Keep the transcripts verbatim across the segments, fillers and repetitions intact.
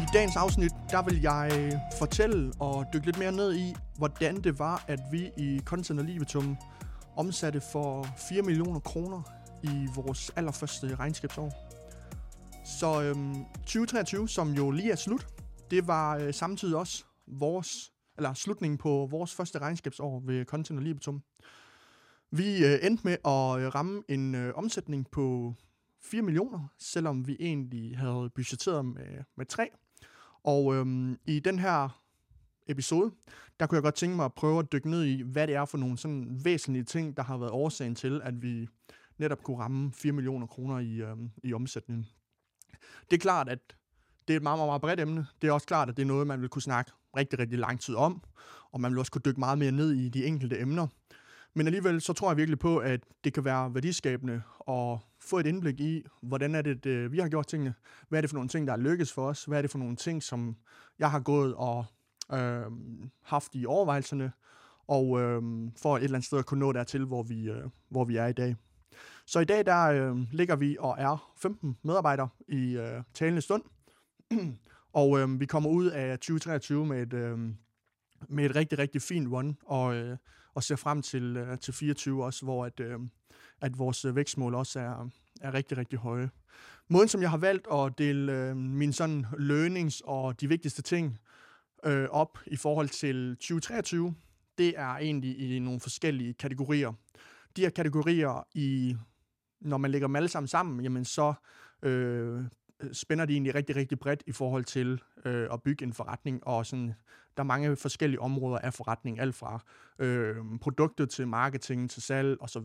dagens afsnit, der vil jeg fortælle og dykke lidt mere ned i, hvordan det var, at vi i Content og Libitum omsatte for fire millioner kroner i vores allerførste regnskabsår. Så øhm, tyve treogtyve, som jo lige er slut, det var øh, samtidig også vores, eller slutningen på vores første regnskabsår ved Content og Libitum. Vi øh, endte med at øh, ramme en øh, omsætning på fire millioner, selvom vi egentlig havde budgetteret med, med tre. Og øhm, i den her episode, der kunne jeg godt tænke mig at prøve at dykke ned i, hvad det er for nogle sådan væsentlige ting, der har været årsagen til, at vi netop kunne ramme fire millioner kroner i, øhm, i omsætningen. Det er klart, at det er et meget, meget, meget bredt emne. Det er også klart, at det er noget, man vil kunne snakke rigtig, rigtig lang tid om, og man vil også kunne dykke meget mere ned i de enkelte emner. Men alligevel så tror jeg virkelig på, at det kan være værdiskabende at få et indblik i, hvordan er det, det vi har gjort tingene. Hvad er det for nogle ting, der er lykkes for os? Hvad er det for nogle ting, som jeg har gået og øh, haft i overvejelserne, og øh, for et eller andet sted at kunne nå dertil, hvor vi, øh, hvor vi er i dag. Så i dag der øh, ligger vi og er femten medarbejdere i øh, talende stund, og øh, vi kommer ud af tyve treogtyve med et, øh, med et rigtig, rigtig fint run, og, øh, og ser frem til, øh, til fireogtyve også, hvor at, øh, at vores vækstmål også er, er rigtig, rigtig høje. Måden, som jeg har valgt at dele øh, mine sådan learnings og de vigtigste ting øh, op i forhold til tyve treogtyve, det er egentlig i nogle forskellige kategorier. De her kategorier, i, når man lægger dem alle sammen sammen, jamen så øh, spænder de egentlig rigtig, rigtig bredt i forhold til øh, at bygge en forretning, og sådan, der er mange forskellige områder af forretning, alt fra øh, produktet til marketing, til salg osv.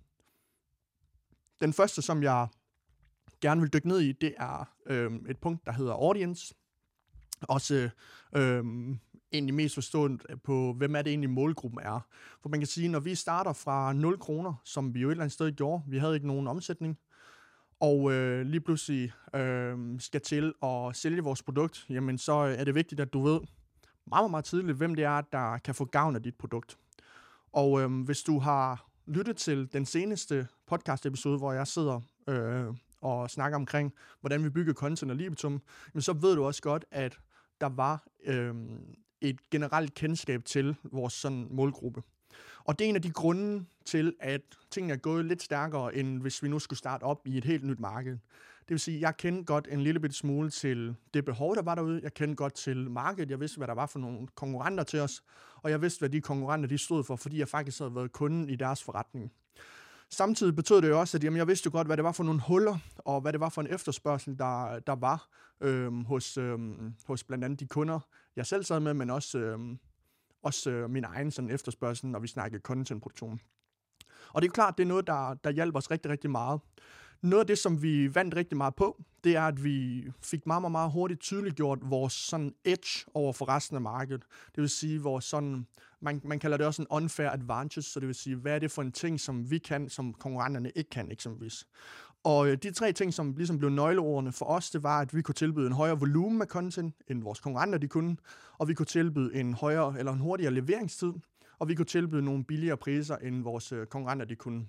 Den første, som jeg gerne vil dykke ned i, det er øh, et punkt, der hedder audience. Også øh, egentlig mest forstået på, hvem er det egentlig målgruppen er. For man kan sige, når vi starter fra nul kroner, som vi jo et eller andet sted gjorde, vi havde ikke nogen omsætning, og øh, lige pludselig øh, skal til at sælge vores produkt, jamen så er det vigtigt, at du ved meget, meget tidligt, hvem det er, der kan få gavn af dit produkt. Og øh, hvis du har lyttet til den seneste podcast-episode, hvor jeg sidder øh, og snakker omkring, hvordan vi bygger Content og Libitum, jamen så ved du også godt, at der var øh, et generelt kendskab til vores sådan målgruppe. Og det er en af de grunde til, at tingene er gået lidt stærkere, end hvis vi nu skulle starte op i et helt nyt marked. Det vil sige, at jeg kendte godt en lille bitte smule til det behov, der var derude. Jeg kendte godt til markedet. Jeg vidste, hvad der var for nogle konkurrenter til os. Og jeg vidste, hvad de konkurrenter de stod for, fordi jeg faktisk havde været kunden i deres forretning. Samtidig betød det jo også, at jamen, jeg vidste jo godt, hvad det var for nogle huller, og hvad det var for en efterspørgsel, der, der var øhm, hos, øhm, hos blandt andet de kunder, jeg selv sad med, men også, øhm, også øh, min egen sådan, efterspørgsel, når vi snakkede contentproduktion. Og det er klart, det er noget, der, der hjælper os rigtig, rigtig meget. Noget af det, som vi vandt rigtig meget på, det er, at vi fik meget, meget, meget hurtigt tydeliggjort vores sådan edge over for resten af markedet. Det vil sige, vores sådan, man, man kalder det også en unfair advantage, så det vil sige, hvad er det for en ting, som vi kan, som konkurrenterne ikke kan eksempelvis. Og øh, de tre ting, som ligesom blev nøgleordene for os, det var, at vi kunne tilbyde en højere volumen af content, end vores konkurrenter de kunne, og vi kunne tilbyde en højere eller en hurtigere leveringstid, og vi kunne tilbyde nogle billigere priser, end vores øh, konkurrenter de kunne.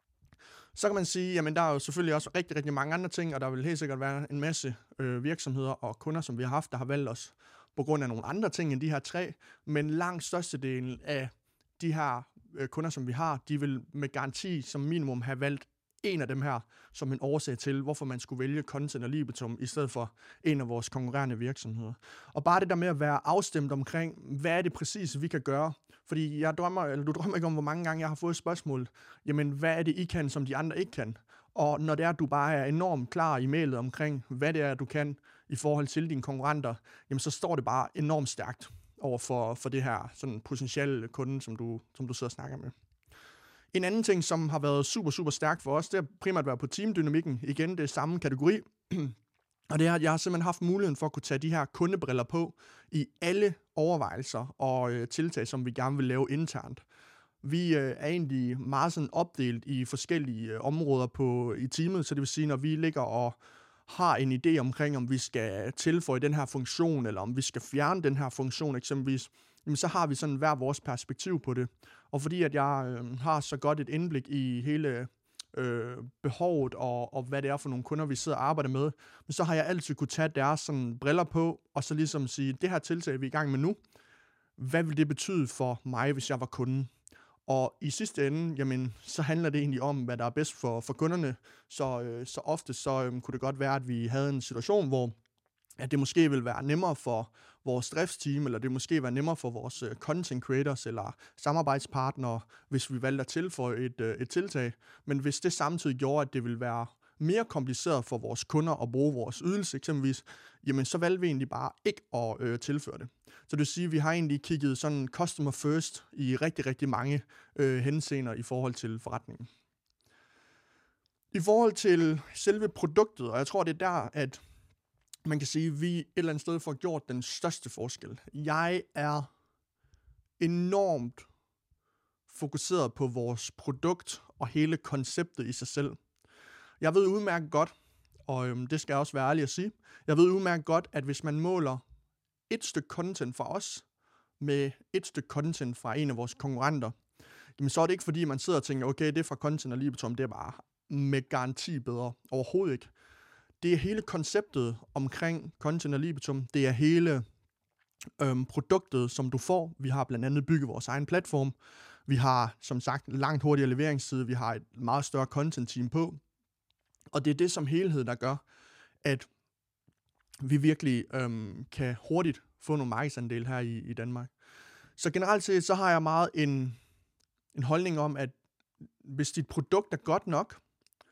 Så kan man sige, jamen der er jo selvfølgelig også rigtig, rigtig mange andre ting, og der vil helt sikkert være en masse øh, virksomheder og kunder, som vi har haft, der har valgt os på grund af nogle andre ting end de her tre, men langt størstedelen af de her øh, kunder, som vi har, de vil med garanti som minimum have valgt en af dem her som en årsag til, hvorfor man skulle vælge Content og Libitum i stedet for en af vores konkurrerende virksomheder. Og bare det der med at være afstemt omkring, hvad er det præcis, vi kan gøre? Fordi jeg drømmer, eller du drømmer ikke om, hvor mange gange jeg har fået spørgsmål, jamen hvad er det, I kan, som de andre ikke kan? Og når det er, at du bare er enormt klar i mailet omkring, hvad det er, du kan i forhold til dine konkurrenter, jamen så står det bare enormt stærkt over for, for det her sådan potentielle kunde, som du, som du sidder og snakker med. En anden ting, som har været super, super stærkt for os, det har primært været på teamdynamikken. Igen, det er samme kategori. Og det er, at jeg har simpelthen haft muligheden for at kunne tage de her kundebriller på i alle overvejelser og øh, tiltag, som vi gerne vil lave internt. Vi øh, er egentlig meget sådan opdelt i forskellige øh, områder på, i teamet, så det vil sige, når vi ligger og har en idé omkring, om vi skal tilføje den her funktion, eller om vi skal fjerne den her funktion eksempelvis, jamen så har vi sådan hver vores perspektiv på det. Og fordi at jeg øh, har så godt et indblik i hele øh, behovet og, og hvad det er for nogle kunder, vi sidder og arbejder med. Men så har jeg altid kunne tage deres sådan, briller på, og så ligesom sige, det her tiltag, vi er i gang med nu, hvad vil det betyde for mig, hvis jeg var kunden? Og i sidste ende, jamen, så handler det egentlig om, hvad der er bedst for, for kunderne. Så, øh, så ofte så øh, kunne det godt være, at vi havde en situation, hvor at det måske vil være nemmere for vores driftsteam, eller det måske være nemmere for vores uh, content creators eller samarbejdspartnere, hvis vi valgte at tilføje et, uh, et tiltag. Men hvis det samtidig gjorde, at det ville være mere kompliceret for vores kunder at bruge vores ydelse eksempelvis, jamen så valgte vi egentlig bare ikke at uh, tilføre det. Så det vil sige, at vi har egentlig kigget sådan customer first i rigtig, rigtig mange uh, henseender i forhold til forretningen. I forhold til selve produktet, og jeg tror, det er der, at man kan sige, at vi et eller andet sted får gjort den største forskel. Jeg er enormt fokuseret på vores produkt og hele konceptet i sig selv. Jeg ved udmærket godt, og øhm, det skal jeg også være ærlig at sige, jeg ved udmærket godt, at hvis man måler et stykke content fra os med et stykke content fra en af vores konkurrenter, jamen så er det ikke fordi, man sidder og tænker, okay, det fra Content og Libitum, det er bare med garanti bedre. Overhovedet ikke. Det er hele konceptet omkring Content og Libitum. Det er hele øhm, produktet, som du får. Vi har blandt andet bygget vores egen platform. Vi har, som sagt, langt hurtigere leveringstid. Vi har et meget større content-team på. Og det er det som helhed, der gør, at vi virkelig øhm, kan hurtigt få nogle markedsandel her i, i Danmark. Så generelt set, så har jeg meget en, en holdning om, at hvis dit produkt er godt nok,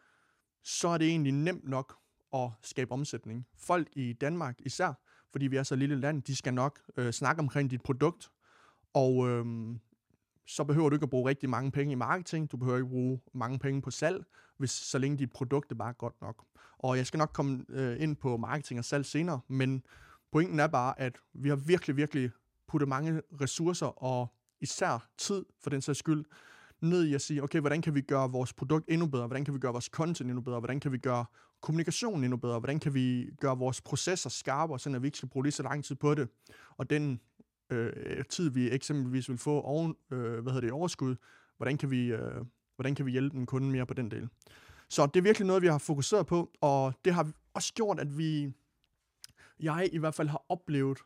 så er det egentlig nemt nok at skabe omsætning. Folk i Danmark især, fordi vi er så lille land, de skal nok øh, snakke omkring dit produkt, og øh, så behøver du ikke at bruge rigtig mange penge i marketing, du behøver ikke bruge mange penge på salg, hvis så længe dit produkt er bare godt nok. Og jeg skal nok komme øh, ind på marketing og salg senere, men pointen er bare, at vi har virkelig, virkelig puttet mange ressourcer og især tid for den sags skyld, ned i at sige, okay, hvordan kan vi gøre vores produkt endnu bedre, hvordan kan vi gøre vores content endnu bedre, hvordan kan vi gøre kommunikationen endnu bedre, hvordan kan vi gøre vores processer skarpere, så vi ikke skal bruge lige så lang tid på det, og den øh, tid, vi eksempelvis vil få oven, øh, hvad hedder det, overskud, hvordan kan vi, øh, hvordan kan vi hjælpe en kunde mere på den del. Så det er virkelig noget, vi har fokuseret på, og det har også gjort, at vi, jeg i hvert fald har oplevet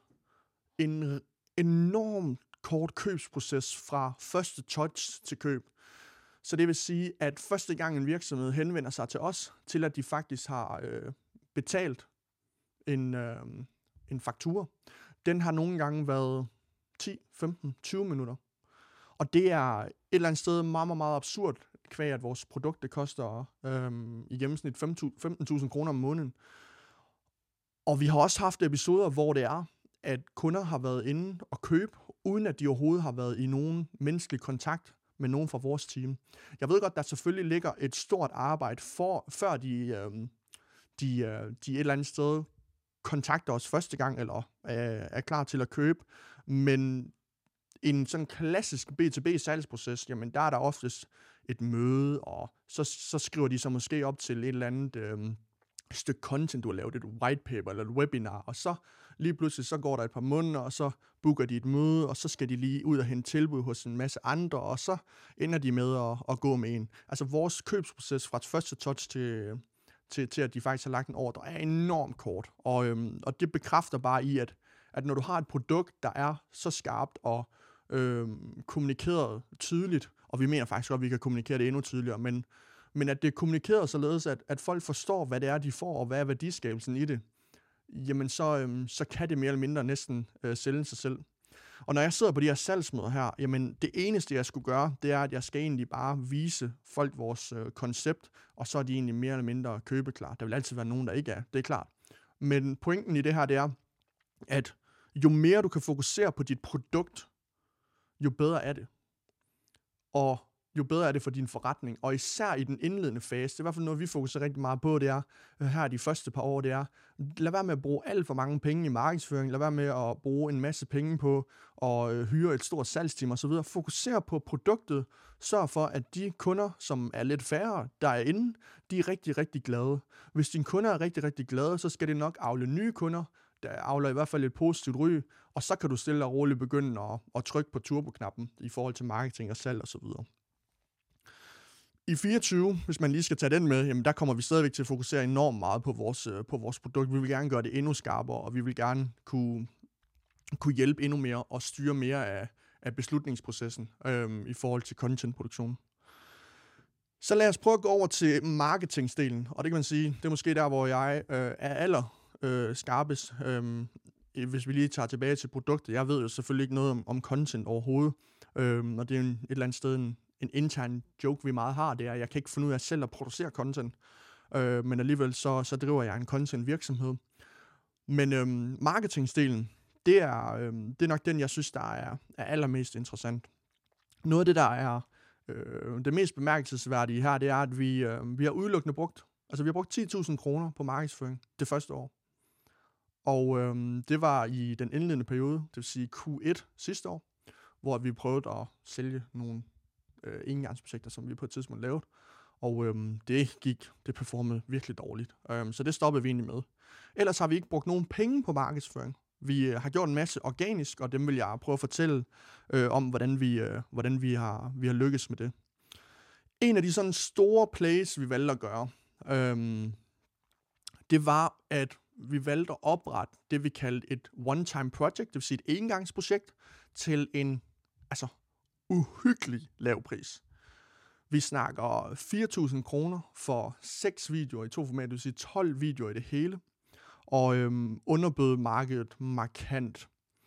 en enorm kort købsproces fra første touch til køb. Så det vil sige, at første gang en virksomhed henvender sig til os, til at de faktisk har øh, betalt en, øh, en faktura, den har nogle gange været ti, femten, tyve minutter. Og det er et eller andet sted meget, meget, meget absurd, kvæg at vores produkt det koster øh, i gennemsnit femten tusind kroner om måneden. Og vi har også haft episoder, hvor det er, at kunder har været inde og købe, uden at de overhovedet har været i nogen menneskelig kontakt med nogen fra vores team. Jeg ved godt, der selvfølgelig ligger et stort arbejde, for, før de, øh, de, øh, de et eller andet sted kontakter os første gang, eller øh, er klar til at købe. Men en sådan klassisk B to B salgsproces, jamen der er der oftest et møde, og så, så skriver de så måske op til et eller andet øh, stykke content, du har lavet, et white paper eller et webinar, og så lige pludselig så går der et par måneder, og så booker de et møde, og så skal de lige ud og hente tilbud hos en masse andre, og så ender de med at, at gå med en. Altså vores købsproces fra første touch til, til, til at de faktisk har lagt en ordre, er enormt kort. Og, øhm, og det bekræfter bare i, at, at når du har et produkt, der er så skarpt og øhm, kommunikeret tydeligt, og vi mener faktisk godt, at vi kan kommunikere det endnu tydeligere, men, men at det er kommunikeret således, at, at folk forstår, hvad det er, de får, og hvad er værdiskabelsen i det, jamen så, øhm, så kan det mere eller mindre næsten øh, sælge sig selv. Og når jeg sidder på de her salgsmøder her, jamen det eneste, jeg skulle gøre, det er, at jeg skal egentlig bare vise folk vores øh, koncept, og så er de egentlig mere eller mindre købeklar. Der vil altid være nogen, der ikke er, det er klart. Men pointen i det her, det er, at jo mere du kan fokusere på dit produkt, jo bedre er det. Og jo bedre er det for din forretning. Og især i den indledende fase, det er i hvert fald noget, vi fokuserer rigtig meget på, det er, her de første par år, det er, lad være med at bruge alt for mange penge i markedsføring, lad være med at bruge en masse penge på at øh, hyre et stort salgsteam osv. Fokuser på produktet, sørg for, at de kunder, som er lidt færre, der er inde, de er rigtig, rigtig glade. Hvis dine kunder er rigtig, rigtig glade, så skal det nok avle nye kunder, der avler i hvert fald et positivt ry, og så kan du stille og roligt begynde at, at trykke på turboknappen i forhold til marketing og salg osv. I fireogtyve, hvis man lige skal tage den med, jamen der kommer vi stadigvæk til at fokusere enormt meget på vores, øh, på vores produkt. Vi vil gerne gøre det endnu skarpere, og vi vil gerne kunne, kunne hjælpe endnu mere og styre mere af, af beslutningsprocessen øh, i forhold til contentproduktion. Så lad os prøve at gå over til marketingsdelen, og det kan man sige, det er måske der, hvor jeg øh, er aller øh, skarpest, øh, hvis vi lige tager tilbage til produktet. Jeg ved jo selvfølgelig ikke noget om, om content overhovedet, øh, og det er en, et eller andet sted en, en intern joke, vi meget har, det er, at jeg kan ikke finde ud af selv at producere content, øh, men alligevel så, så driver jeg en content virksomhed. Men øh, marketingsdelen, det er, øh, det er nok den, jeg synes, der er, er allermest interessant. Noget af det, der er øh, det mest bemærkelsesværdige her, det er, at vi, øh, vi har udelukkende brugt, altså vi har brugt ti tusind kroner på markedsføring det første år. Og øh, det var i den indledende periode, det vil sige Q et sidste år, hvor vi prøvede at sælge nogle øh, engangsprojekter, som vi på et tidspunkt lavede. Og øh, det gik, det performede virkelig dårligt. Øh, så det stoppede vi egentlig med. Ellers har vi ikke brugt nogen penge på markedsføring. Vi øh, har gjort en masse organisk, og dem vil jeg prøve at fortælle øh, om, hvordan, vi, øh, hvordan vi, har, vi har lykkes med det. En af de sådan store plays, vi valgte at gøre, øh, det var, at vi valgte at oprette det, vi kaldte et one-time project, det vil sige et engangsprojekt, til en altså uhyggelig lav pris. Vi snakker fire tusind kroner for seks videoer i to formater, det vil sige tolv videoer i det hele, og øhm, underbød markedet markant.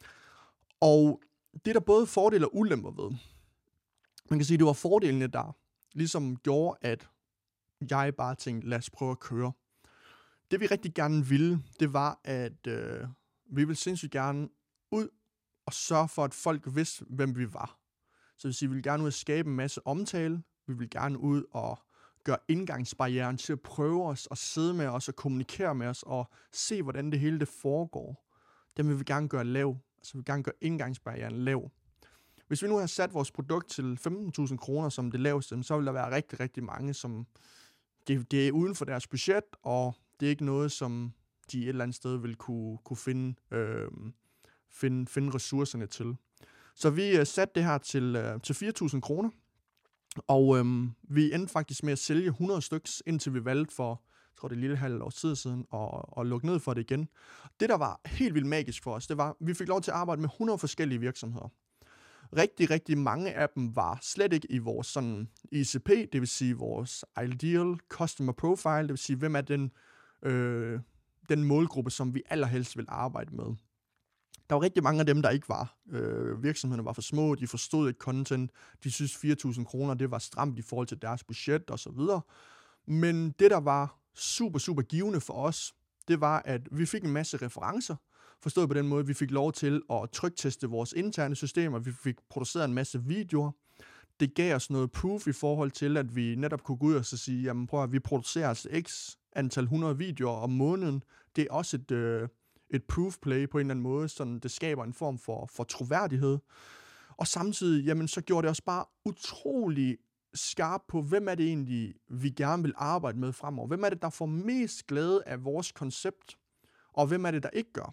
Og det er der både fordele og ulemper ved. Man kan sige, at det var fordelene, der ligesom gjorde, at jeg bare tænkte, lad os prøve at køre. Det vi rigtig gerne ville, det var, at øh, vi ville sindssygt gerne ud og sørge for, at folk vidste, hvem vi var. Så det vil sige, vi ville gerne ud og skabe en masse omtale. Vi ville gerne ud og gøre indgangsbarrieren til at prøve os og sidde med os og kommunikere med os og se, hvordan det hele det foregår. Den vil vi gerne gøre lav. Altså vi vil gerne gøre indgangsbarrieren lav. Hvis vi nu har sat vores produkt til femten tusind kroner som det laveste, så vil der være rigtig, rigtig mange, som det, det er uden for deres budget, og det er ikke noget, som de et eller andet sted vil kunne, kunne finde, øh, finde, finde ressourcerne til. Så vi øh, satte det her til, øh, til fire tusind kroner, og øh, vi endte faktisk med at sælge hundrede styks, indtil vi valgte for, jeg tror det er lille halvt år tid siden, og, og lukke ned for det igen. Det, der var helt vildt magisk for os, det var, at vi fik lov til at arbejde med hundrede forskellige virksomheder. Rigtig, rigtig mange af dem var slet ikke i vores sådan I C P, det vil sige vores Ideal Customer Profile, det vil sige, hvem er den, øh, den målgruppe, som vi allerhelst vil arbejde med. Der var rigtig mange af dem, der ikke var. Øh, virksomhederne var for små, de forstod ikke content, de synes fire tusind kroner, det var stramt i forhold til deres budget osv. Men det, der var super, super givende for os, det var, at vi fik en masse referencer, forstået på den måde, at vi fik lov til at trykteste vores interne systemer, vi fik produceret en masse videoer. Det gav os noget proof i forhold til, at vi netop kunne gå ud og så sige, jamen prøv at vi producerer altså x antal hundrede videoer om måneden. Det er også et, øh, et proof play på en eller anden måde, så det skaber en form for, for troværdighed. Og samtidig, jamen så gjorde det os bare utrolig skarp på, hvem er det egentlig, vi gerne vil arbejde med fremover. Hvem er det, der får mest glæde af vores koncept, og hvem er det, der ikke gør.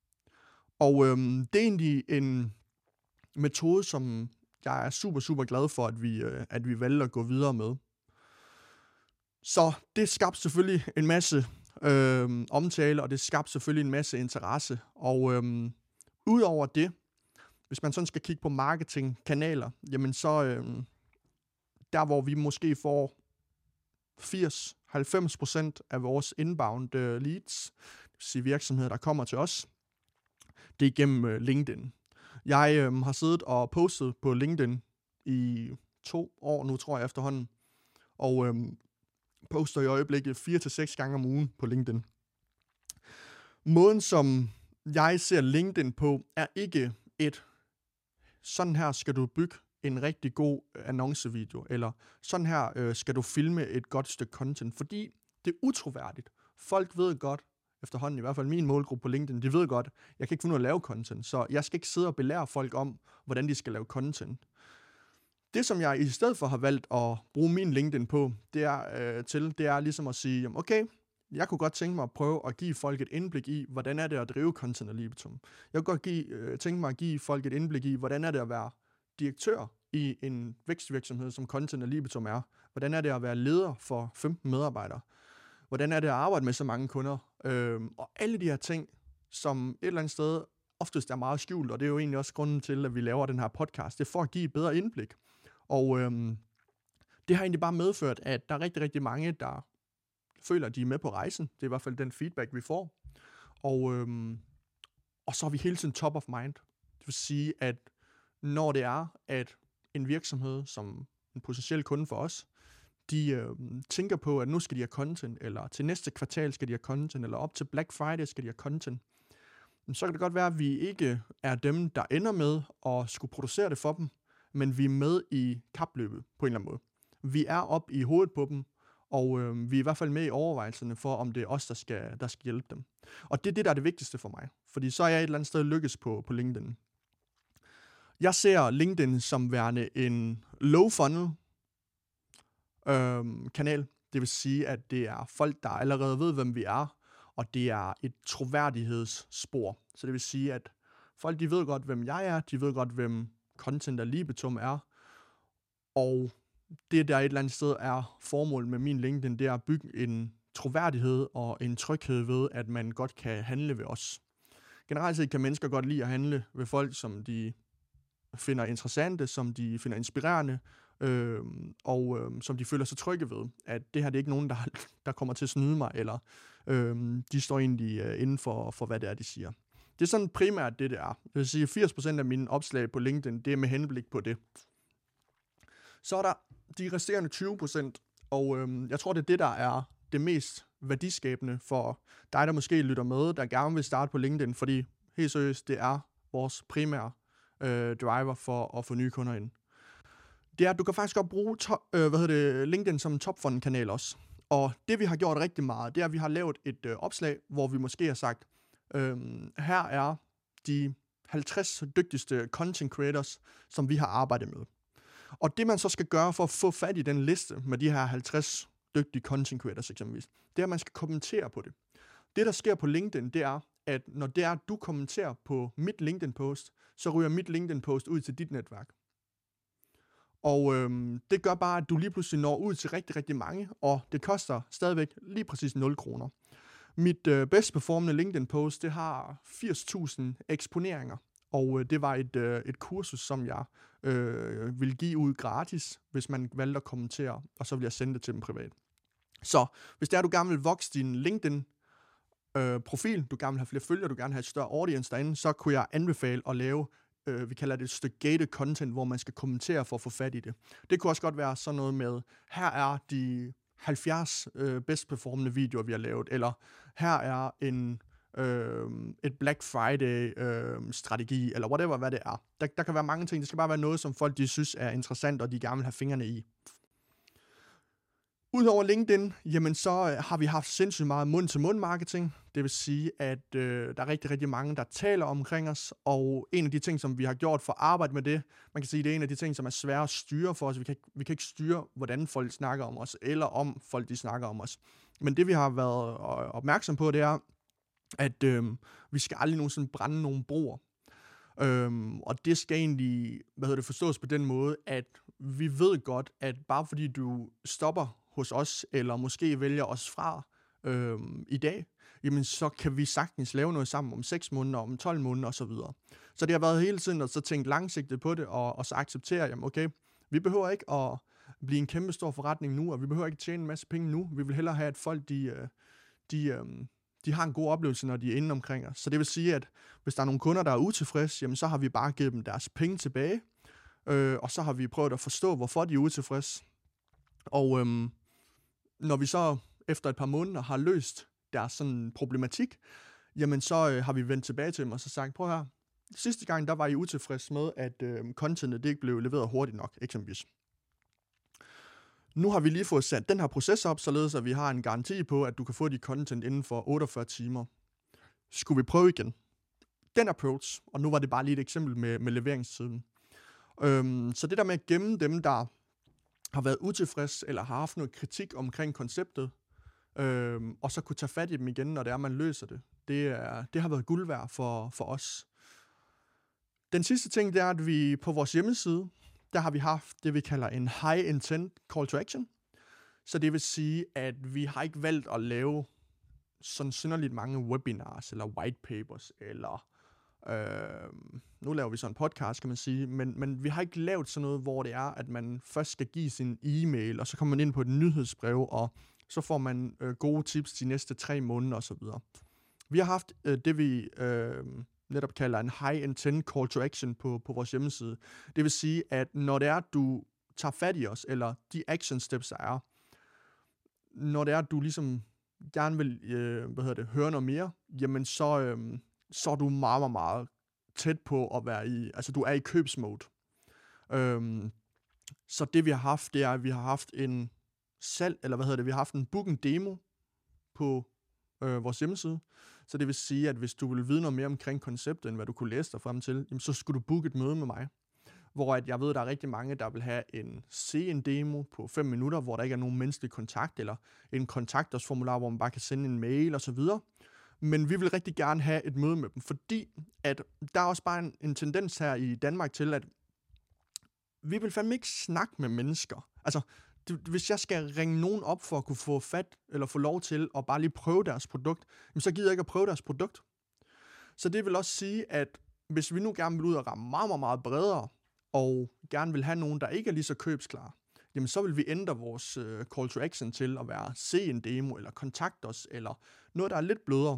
Og øhm, det er egentlig en metode, som jeg er super, super glad for, at vi, øh, at vi valgte at gå videre med. Så det skabte selvfølgelig en masse øh, omtale, og det skabte selvfølgelig en masse interesse. Og øh, udover det, hvis man sådan skal kigge på marketingkanaler, jamen så øh, der, hvor vi måske får firs til halvfems procent af vores inbound øh, leads, det vil sige virksomheder, der kommer til os, det er igennem øh, LinkedIn. Jeg øh, har siddet og postet på LinkedIn i to år nu, tror jeg efterhånden, og øh, poster i øjeblikket fire til seks gange om ugen på LinkedIn. Måden, som jeg ser LinkedIn på, er ikke et, sådan her skal du bygge en rigtig god annoncevideo, eller sådan her øh, skal du filme et godt stykke content, fordi det er utroværdigt. Folk ved godt, efterhånden i hvert fald min målgruppe på LinkedIn, de ved godt, jeg kan ikke finde ud af at lave content, så jeg skal ikke sidde og belære folk om, hvordan de skal lave content. Det, som jeg i stedet for har valgt at bruge min LinkedIn på, det er øh, til, det er ligesom at sige, okay, jeg kunne godt tænke mig at prøve at give folk et indblik i, hvordan er det at drive Content ad libitum. Jeg kunne godt give, øh, tænke mig at give folk et indblik i, hvordan er det at være direktør i en vækstvirksomhed, som Content og Libitum er? Hvordan er det at være leder for femten medarbejdere? Hvordan er det at arbejde med så mange kunder? Øhm, og alle de her ting, som et eller andet sted oftest er meget skjult, og det er jo egentlig også grunden til, at vi laver den her podcast. Det er for at give et bedre indblik. Og øhm, det har egentlig bare medført, at der er rigtig, rigtig mange, der føler, at de er med på rejsen. Det er i hvert fald den feedback, vi får. Og, øhm, og så er vi hele tiden top of mind. Det vil sige, at når det er, at en virksomhed, som en potentiel kunde for os, de øh, tænker på, at nu skal de have content, eller til næste kvartal skal de have content, eller op til Black Friday skal de have content, så kan det godt være, at vi ikke er dem, der ender med at skulle producere det for dem, men vi er med i kapløbet på en eller anden måde. Vi er op i hovedet på dem, og øh, vi er i hvert fald med i overvejelserne for, om det er os, der skal, der skal hjælpe dem. Og det er det, der er det vigtigste for mig, fordi så er jeg et eller andet sted lykkes på, på LinkedIn. Jeg ser LinkedIn som værende en low funnel øhm, kanal. Det vil sige, at det er folk, der allerede ved, hvem vi er, og det er et troværdighedsspor. Så det vil sige, at folk, de ved godt, hvem jeg er, de ved godt, hvem Content og Libitum er, og det, der et eller andet sted er formålet med min LinkedIn, det er at bygge en troværdighed og en tryghed ved, at man godt kan handle ved os. Generelt set kan mennesker godt lide at handle ved folk, som de finder interessante, som de finder inspirerende, øh, og øh, som de føler sig trygge ved. At det her det er ikke nogen, der, der kommer til at snyde mig, eller øh, de står egentlig øh, inden for, for, hvad det er, de siger. Det er sådan primært det, det er. Det vil sige, at firs procent af mine opslag på LinkedIn, det er med henblik på det. Så er der de resterende tyve procent, og øh, jeg tror, det er det, der er det mest værdiskabende for dig, der måske lytter med, der gerne vil starte på LinkedIn, fordi helt seriøst, det er vores primære øh, driver for at få nye kunder ind. Det er, at du kan faktisk godt bruge to- øh, hvad hedder det, LinkedIn som en topfunnel-kanal også. Og det, vi har gjort rigtig meget, det er, at vi har lavet et øh, opslag, hvor vi måske har sagt, øh, her er de halvtreds dygtigste content creators, som vi har arbejdet med. Og det, man så skal gøre for at få fat i den liste med de her halvtreds dygtige content creators eksempelvis, det er, at man skal kommentere på det. Det, der sker på LinkedIn, det er, at når det er, at du kommenterer på mit LinkedIn-post, så ryger mit LinkedIn-post ud til dit netværk. Og øhm, det gør bare, at du lige pludselig når ud til rigtig, rigtig mange, og det koster stadigvæk lige præcis nul kroner. Mit øh, bedst performende LinkedIn-post, det har firs tusind eksponeringer, og øh, det var et, øh, et kursus, som jeg øh, ville give ud gratis, hvis man valgte at kommentere, og så ville jeg sende det til dem privat. Så hvis det er, du gerne vil vokse din LinkedIn øh, profil, du gerne vil have flere følgere, du gerne vil have et større audience derinde, så kunne jeg anbefale at lave, øh, vi kalder det et stykke gated content, hvor man skal kommentere for at få fat i det. Det kunne også godt være sådan noget med, her er de halvfjerds øh, bedst performende videoer, vi har lavet, eller her er en øh, et Black Friday øh, strategi, eller whatever, hvad det er. Der, der kan være mange ting, det skal bare være noget, som folk de synes er interessant, og de gerne vil have fingrene i. Udover LinkedIn, jamen så har vi haft sindssygt meget mund-til-mund marketing. Det vil sige, at øh, der er rigtig, rigtig mange, der taler omkring os, og en af de ting, som vi har gjort for at arbejde med det, man kan sige, det er en af de ting, som er svære at styre for os. Vi kan, vi kan ikke styre, hvordan folk snakker om os, eller om folk de snakker om os. Men det, vi har været opmærksom på, det er, at øh, vi skal aldrig nogensinde brænde nogle broer. Øhm, og det skal egentlig, hvad hedder det, forstås på den måde, at vi ved godt, at bare fordi du stopper hos os, eller måske vælger os fra øhm, i dag, jamen så kan vi sagtens lave noget sammen om seks måneder, om tolv måneder osv. Så, så det har været hele tiden at så tænke langsigtet på det, og, og så acceptere, jamen okay, vi behøver ikke at blive en kæmpe stor forretning nu, og vi behøver ikke tjene en masse penge nu. Vi vil hellere have, at folk de, de, de har en god oplevelse, når de er inde omkring os. Så det vil sige, at hvis der er nogle kunder, der er utilfredse, jamen så har vi bare givet dem deres penge tilbage, øh, og så har vi prøvet at forstå, hvorfor de er utilfredse. Og øhm, når vi så efter et par måneder har løst deres sådan problematik, jamen så øh, har vi vendt tilbage til dem og så sagt, prøv her, sidste gang der var I utilfredse med, at øh, contentet det ikke blev leveret hurtigt nok, eksempelvis. Nu har vi lige fået sat den her proces op, således at vi har en garanti på, at du kan få dit content inden for otteogfyrre timer. Skulle vi prøve igen? Den approach, og nu var det bare lige et eksempel med, med leveringstiden. Øhm, så det der med at gemme dem, der har været utilfreds, eller har haft noget kritik omkring konceptet, øhm, og så kunne tage fat i dem igen, når det er, man løser det. Det, er, det har været guld værd for, for os. Den sidste ting, det er, at vi på vores hjemmeside, der har vi haft det, vi kalder en high intent call to action. Så det vil sige, at vi har ikke valgt at lave sådan synderligt mange webinars, eller white papers, eller øh, nu laver vi sådan en podcast, kan man sige, men, men vi har ikke lavet sådan noget, hvor det er, at man først skal give sin e-mail, og så kommer man ind på et nyhedsbrev, og så får man øh, gode tips de næste tre måneder osv. Vi har haft øh, det, vi øh, netop kalder en high intent call to action på, på vores hjemmeside. Det vil sige, at når det er, at du tager fat i os, eller de action steps, der er, når det er, at du ligesom gerne vil øh, hvad hedder det, høre noget mere, jamen så, øh, så er du meget, meget, meget tæt på at være i, altså du er i købsmode. Øh, så det vi har haft, det er, at vi har haft en salg, eller hvad hedder det, vi har haft en book en demo på øh, vores hjemmeside. Så det vil sige, at hvis du vil vide noget mere omkring konceptet, end hvad du kunne læse dig frem til, jamen så skulle du booke et møde med mig. Hvor at jeg ved, at der er rigtig mange, der vil have en se en demo på fem minutter, hvor der ikke er nogen menneskelig kontakt, eller en kontaktosformular, hvor man bare kan sende en mail osv. Men vi vil rigtig gerne have et møde med dem, fordi at der er også bare en, en tendens her i Danmark til, at vi vil fandme ikke snakke med mennesker. Altså, det, hvis jeg skal ringe nogen op for at kunne få fat, eller få lov til at bare lige prøve deres produkt, jamen så gider jeg ikke at prøve deres produkt. Så det vil også sige, at hvis vi nu gerne vil ud og ramme meget, meget, meget bredere, og gerne vil have nogen, der ikke er lige så købsklar, jamen så vil vi ændre vores uh, call to action til at være se en demo, eller kontakt os, eller noget, der er lidt blødere.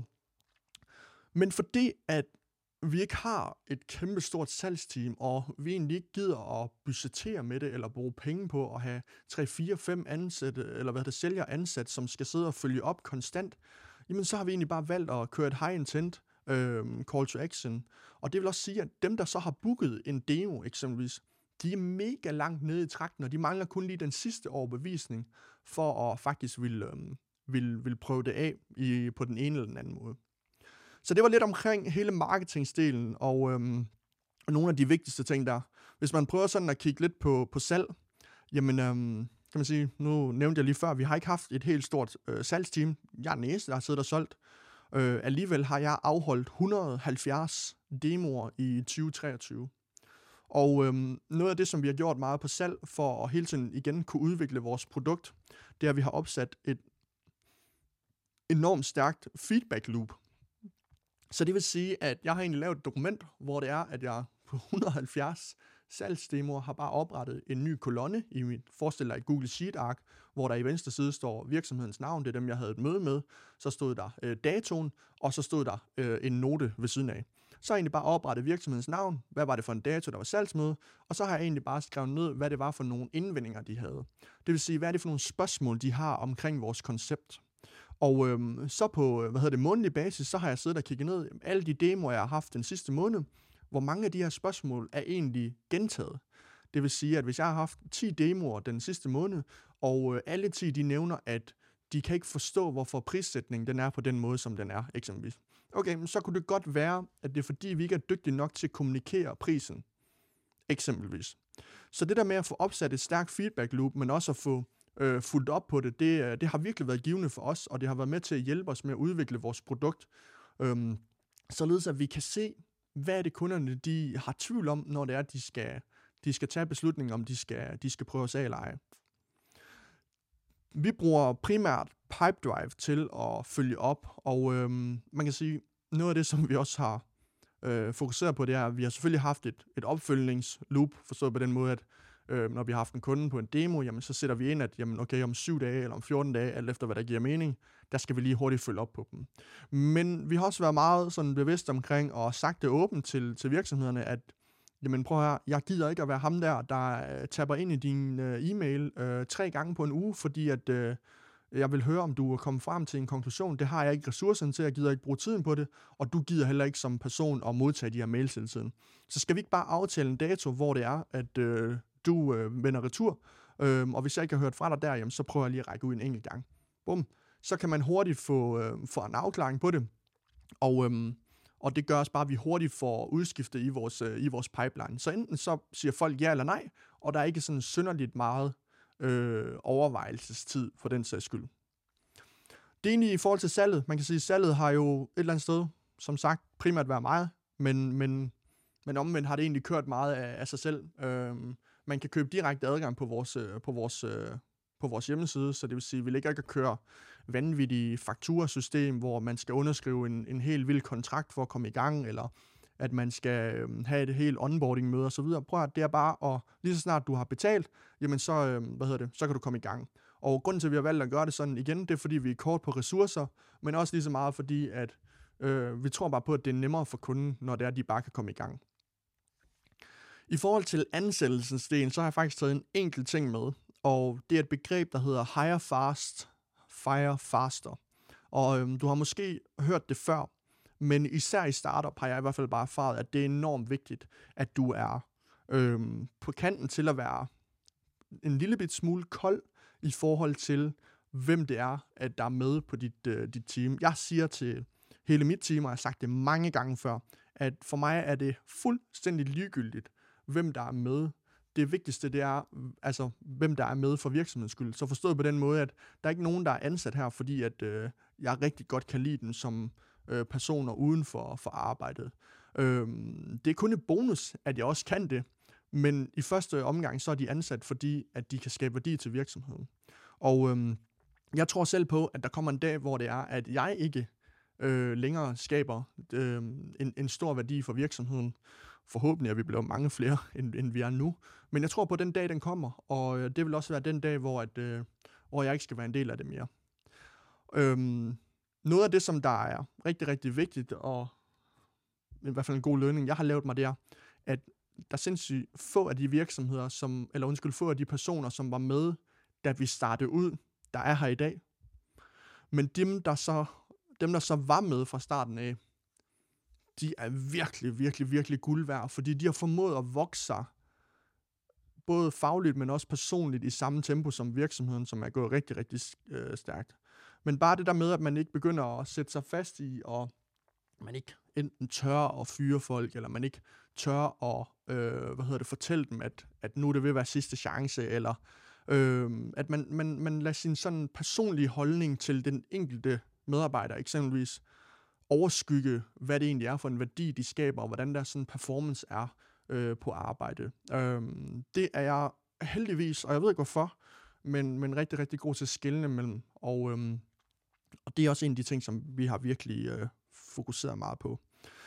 Men fordi at vi ikke har et kæmpe stort salgsteam, og vi egentlig ikke gider at budgettere med det, eller bruge penge på at have tre, fire, fem ansatte, eller hvad det sælger ansat, som skal sidde og følge op konstant, jamen så har vi egentlig bare valgt at køre et high intent øh, call to action. Og det vil også sige, at dem, der så har booket en demo eksempelvis, de er mega langt nede i trakten, og de mangler kun lige den sidste overbevisning, for at faktisk ville, øh, ville, ville prøve det af i, på den ene eller den anden måde. Så det var lidt omkring hele marketingsdelen, og øhm, nogle af de vigtigste ting der. Hvis man prøver sådan at kigge lidt på, på salg, jamen øhm, kan man sige, nu nævnte jeg lige før, vi har ikke haft et helt stort øh, salgsteam. Jeg er den eneste, der har siddet og solgt. Øh, alligevel har jeg afholdt et hundrede og halvfjerds demoer i tyve treogtyve. Og øhm, noget af det, som vi har gjort meget på salg, for at hele tiden igen kunne udvikle vores produkt, det er, at vi har opsat et enormt stærkt feedback loop. Så det vil sige, at jeg har egentlig lavet et dokument, hvor det er, at jeg på et hundrede og halvfjerds salgsdemoer har bare oprettet en ny kolonne i mit, forestil dig et Google Sheet-ark, hvor der i venstre side står virksomhedens navn, det er dem, jeg havde et møde med, så stod der øh, datoen, og så stod der øh, en note ved siden af. Så har jeg egentlig bare oprettet virksomhedens navn, hvad var det for en dato, der var salgsmøde, og så har jeg egentlig bare skrevet ned, hvad det var for nogle indvendinger, de havde. Det vil sige, hvad er det for nogle spørgsmål, de har omkring vores koncept. Og øhm, så på hvad hedder det, månedlig basis, så har jeg siddet og kigget ned alle de demoer, jeg har haft den sidste måned, hvor mange af de her spørgsmål er egentlig gentaget. Det vil sige, at hvis jeg har haft ti demoer den sidste måned, og øh, alle ti de nævner, at de kan ikke forstå, hvorfor prissætningen den er på den måde, som den er eksempelvis. Okay, men så kunne det godt være, at det er fordi, vi ikke er dygtige nok til at kommunikere prisen, eksempelvis. Så det der med at få opsat et stærkt feedback loop, men også at få Øh, fuldt op på det, det, det har virkelig været givende for os, og det har været med til at hjælpe os med at udvikle vores produkt, øhm, således at vi kan se, hvad er det kunderne de har tvivl om, når det er, at de skal, de skal tage beslutninger, om de skal, de skal prøve os af eller ej. Vi bruger primært Pipedrive til at følge op, og øhm, man kan sige, noget af det, som vi også har øh, fokuseret på, det er, at vi har selvfølgelig haft et, et opfølgningsloop, forstået på den måde, at Øh, når vi har haft en kunde på en demo, jamen, så sætter vi ind, at jamen, okay, om syv dage eller om fjorten dage, alt efter hvad der giver mening, der skal vi lige hurtigt følge op på dem. Men vi har også været meget sådan bevidst omkring og sagt det åbent til, til virksomhederne, at jamen prøv her, jeg gider ikke at være ham der, der uh, tapper ind i din uh, e-mail uh, tre gange på en uge, fordi at uh, jeg vil høre, om du er kommet frem til en konklusion. Det har jeg ikke ressourcerne til, jeg gider ikke bruge tiden på det, og du gider heller ikke som person at modtage de her mails hele tiden. Så skal vi ikke bare aftale en dato, hvor det er, at uh, du øh, vender retur, øh, og hvis jeg ikke har hørt fra dig der, jamen, så prøver jeg lige at række ud en enkelt gang. Bum. Så kan man hurtigt få, øh, få en afklaring på det, og, øh, og det gør også bare, at vi hurtigt får udskiftet i vores, øh, i vores pipeline. Så enten så siger folk ja eller nej, og der er ikke sådan synderligt meget øh, overvejelsestid for den sags skyld. Det er egentlig i forhold til salget. Man kan sige, at salget har jo et eller andet sted, som sagt, primært været meget, men, men Men omvendt har det egentlig kørt meget af, af sig selv. Øhm, man kan købe direkte adgang på vores, øh, på vores, øh, på vores hjemmeside, så det vil sige, at vi ligger ikke at køre vanvittige fakturasystem, hvor man skal underskrive en, en helt vild kontrakt for at komme i gang, eller at man skal øh, have et helt onboarding-møde osv. Prøv at det er bare, at lige så snart du har betalt, jamen så, øh, hvad hedder det, så kan du komme i gang. Og grunden til, at vi har valgt at gøre det sådan igen, det er, fordi vi er kort på ressourcer, men også lige så meget, fordi at øh, vi tror bare på, at det er nemmere for kunden, når det er, at de bare kan komme i gang. I forhold til ansættelsens del, så har jeg faktisk taget en enkelt ting med, og det er et begreb, der hedder hire fast, fire faster. Og øhm, du har måske hørt det før, men især i startup har jeg i hvert fald bare erfaret, at det er enormt vigtigt, at du er øhm, på kanten til at være en lille bit smule kold i forhold til, hvem det er, at der er med på dit, øh, dit team. Jeg siger til hele mit team, og jeg har sagt det mange gange før, at for mig er det fuldstændig ligegyldigt, hvem der er med. Det vigtigste, det er, altså, hvem der er med for virksomhedens skyld. Så forstået på den måde, at der er ikke nogen, der er ansat her, fordi at, øh, jeg rigtig godt kan lide dem som øh, personer uden for, for arbejdet. Øh, det er kun et bonus, at jeg også kan det, men i første omgang, så er de ansat, fordi at de kan skabe værdi til virksomheden. Og øh, jeg tror selv på, at der kommer en dag, hvor det er, at jeg ikke øh, længere skaber øh, en, en stor værdi for virksomheden. Forhåbentlig er vi blevet mange flere, end, end vi er nu. Men jeg tror på, at den dag, den kommer, og det vil også være den dag, hvor, at, øh, hvor jeg ikke skal være en del af det mere. Øhm, noget af det, som der er rigtig, rigtig vigtigt, og i hvert fald en god løsning, jeg har lavet mig, det er, at der er sindssygt få af de virksomheder, som, eller undskyld, få af de personer, som var med, da vi startede ud, der er her i dag. Men dem, der så, dem, der så var med fra starten af, de er virkelig, virkelig, virkelig guld værd, fordi de har formået at vokse sig, både fagligt, men også personligt, i samme tempo som virksomheden, som er gået rigtig, rigtig øh, stærkt. Men bare det der med, at man ikke begynder at sætte sig fast i, og man ikke enten tør at fyre folk, eller man ikke tør at øh, hvad hedder det, fortælle dem, at, at nu er det ved at være sidste chance, eller øh, at man, man, man lader sin sådan personlige holdning til den enkelte medarbejder, eksempelvis, overskygge, hvad det egentlig er for en værdi, de skaber, og hvordan deres sådan performance er øh, på arbejde. Øhm, det er jeg heldigvis, og jeg ved ikke hvorfor, men, men rigtig, rigtig god til at skelne mellem. Og, øhm, og det er også en af de ting, som vi har virkelig øh, fokuseret meget på.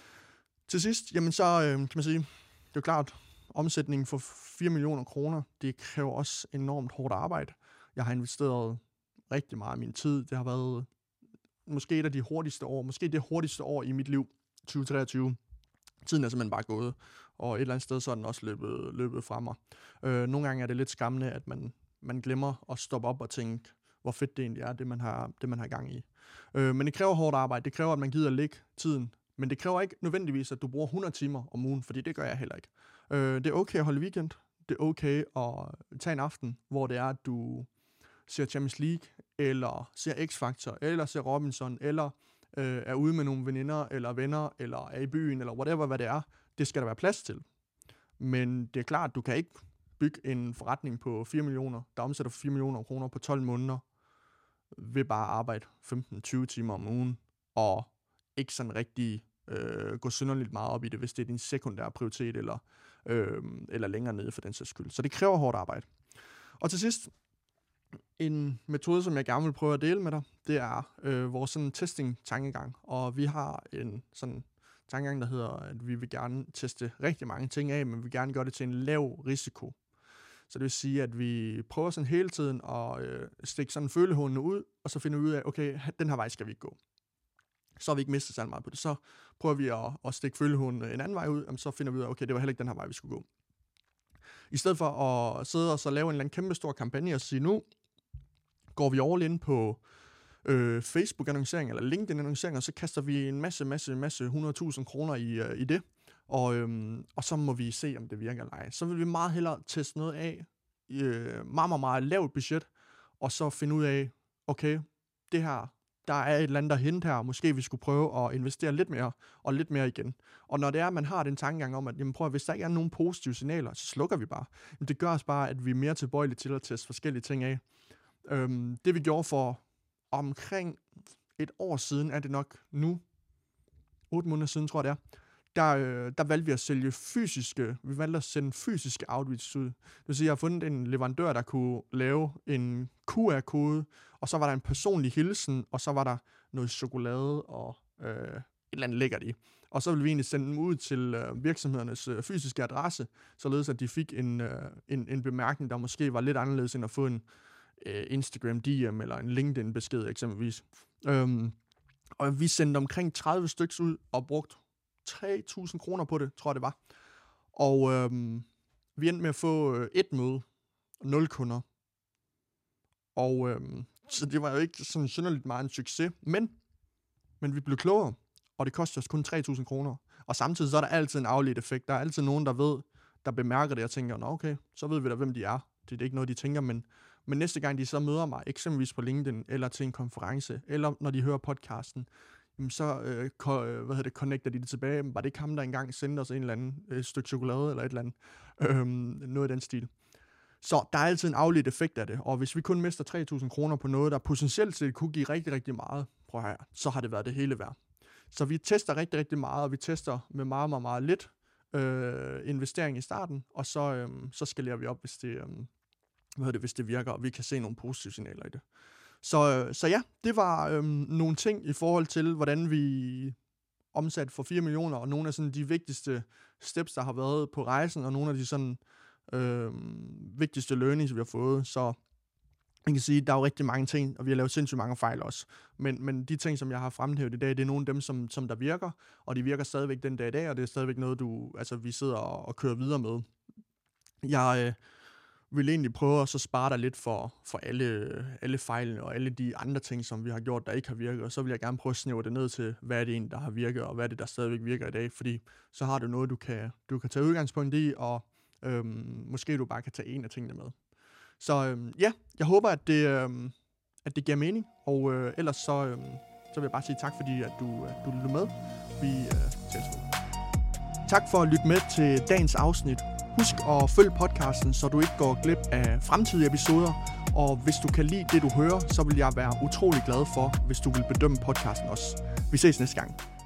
Til sidst, jamen så øh, kan man sige, det er jo klart, omsætningen for fire millioner kroner, det kræver også enormt hårdt arbejde. Jeg har investeret rigtig meget af min tid. Det har været måske et af de hurtigste år, måske det hurtigste år i mit liv, tyve treogtyve. Tiden er simpelthen bare gået, og et eller andet sted så er den også løbet, løbet fra mig. Øh, nogle gange er det lidt skræmmende, at man, man glemmer at stoppe op og tænke, hvor fedt det egentlig er, det man har, det man har gang i. Øh, men det kræver hårdt arbejde, det kræver, at man gider at lægge tiden, men det kræver ikke nødvendigvis, at du bruger hundrede timer om ugen, fordi det gør jeg heller ikke. Øh, det er okay at holde weekend, det er okay at tage en aften, hvor det er, at du ser Champions League, eller ser X-Factor, eller ser Robinson, eller øh, er ude med nogle veninder, eller venner, eller er i byen, eller whatever, hvad det er. Det skal der være plads til. Men det er klart, at du kan ikke bygge en forretning på fire millioner, der omsætter for fire millioner kroner på tolv måneder, ved bare at arbejde femten til tyve timer om ugen, og ikke sådan rigtig øh, gå synderligt meget op i det, hvis det er din sekundære prioritet, eller, øh, eller længere nede for den sags skyld. Så det kræver hårdt arbejde. Og til sidst, en metode, som jeg gerne vil prøve at dele med dig, det er øh, vores sådan testing-tankegang. Og vi har en sådan tankegang, der hedder, at vi vil gerne teste rigtig mange ting af, men vi vil gerne gøre det til en lav risiko. Så det vil sige, at vi prøver sådan hele tiden at øh, stikke sådan følehornene ud, og så finder vi ud af, okay, den her vej skal vi ikke gå. Så har vi ikke mistet så meget på det. Så prøver vi at, at stikke følehornene en anden vej ud, og så finder vi ud af, okay, det var heller ikke den her vej, vi skulle gå. I stedet for at sidde og så lave en eller anden kæmpe stor kampagne og sige, nu går vi all in på øh, Facebook-annoncering eller LinkedIn-annoncering, og så kaster vi en masse, masse, masse hundrede tusind kroner i, øh, i det, og, øhm, og så må vi se, om det virker eller ej. Så vil vi meget hellere teste noget af, øh, meget, meget, meget lavt budget, og så finde ud af, okay, det her, der er et eller andet derhen her, måske vi skulle prøve at investere lidt mere, og lidt mere igen. Og når det er, at man har den tankegang om, at jamen, prøv, hvis der ikke er nogen positive signaler, så slukker vi bare. Men det gør os bare, at vi er mere tilbøjelige til at teste forskellige ting af. Øhm, det vi gjorde for omkring et år siden, er det nok nu, otte måneder siden, tror jeg det er, der, øh, der valgte vi at sælge fysiske, vi valgte at sende fysiske outreach ud. Det vil sige, at jeg har fundet en leverandør, der kunne lave en Q R-kode, og så var der en personlig hilsen, og så var der noget chokolade og øh, et eller andet lækkert i. Og så ville vi egentlig sende dem ud til øh, virksomhedernes øh, fysiske adresse, således at de fik en, øh, en, en bemærkning, der måske var lidt anderledes end at få en øh, Instagram D M eller en LinkedIn-besked eksempelvis. Øhm, og vi sendte omkring tredive stykker ud og brugte tre tusind kroner på det, tror jeg det var. Og øhm, vi endte med at få øh, et møde, nul kunder. Og øhm, så det var jo ikke sådan synderligt meget en succes, men, men vi blev klogere, og det kostede os kun tre tusind kroner. Og samtidig så er der altid en afledt effekt. Der er altid nogen, der ved, der bemærker det og tænker, nå okay, så ved vi da, hvem de er. Det er ikke noget, de tænker, men, men næste gang de så møder mig, eksempelvis på LinkedIn, eller til en konference, eller når de hører podcasten, så øh, ko- hvad hedder det, connecter de det tilbage. Var det ikke ham, der engang sendte os en eller anden øh, stykke chokolade, eller et eller andet, øhm, noget i den stil. Så der er altid en afledt effekt af det, og hvis vi kun mister tre tusind kroner på noget, der potentielt set kunne give rigtig, rigtig meget, prøv her, så har det været det hele værd. Så vi tester rigtig, rigtig meget, og vi tester med meget, meget, meget lidt øh, investering i starten, og så, øh, så skalerer vi op, hvis det, øh, hvad hedder det, hvis det virker, og vi kan se nogle positive signaler i det. Så, øh, så ja, det var øh, nogle ting i forhold til, hvordan vi omsatte for fire millioner, og nogle af sådan de vigtigste steps, der har været på rejsen, og nogle af de sådan øh, vigtigste learnings, vi har fået. Så man kan sige, at der er jo rigtig mange ting, og vi har lavet sindssygt mange fejl også. Men, men de ting, som jeg har fremhævet i dag, det er nogle af dem, som, som der virker, og de virker stadigvæk den dag i dag, og det er stadigvæk noget, du, altså, vi sidder og, og kører videre med. Jeg øh, vil egentlig prøve at så spare dig lidt for, for alle, alle fejlene og alle de andre ting, som vi har gjort, der ikke har virket, og så vil jeg gerne prøve at snævre det ned til, hvad er det egentlig, der har virket, og hvad er det, der stadigvæk virker i dag, fordi så har du noget, du kan, du kan tage udgangspunkt i, og øhm, måske du bare kan tage en af tingene med. Så øhm, ja, jeg håber, at det, øhm, at det giver mening, og øh, ellers så, øhm, så vil jeg bare sige tak, fordi at du, at du lyttede med. Vi øh, ses ved. Tak for at lytte med til dagens afsnit. Husk at følge podcasten, så du ikke går glip af fremtidige episoder, og hvis du kan lide det, du hører, så vil jeg være utrolig glad for, hvis du vil bedømme podcasten også. Vi ses næste gang.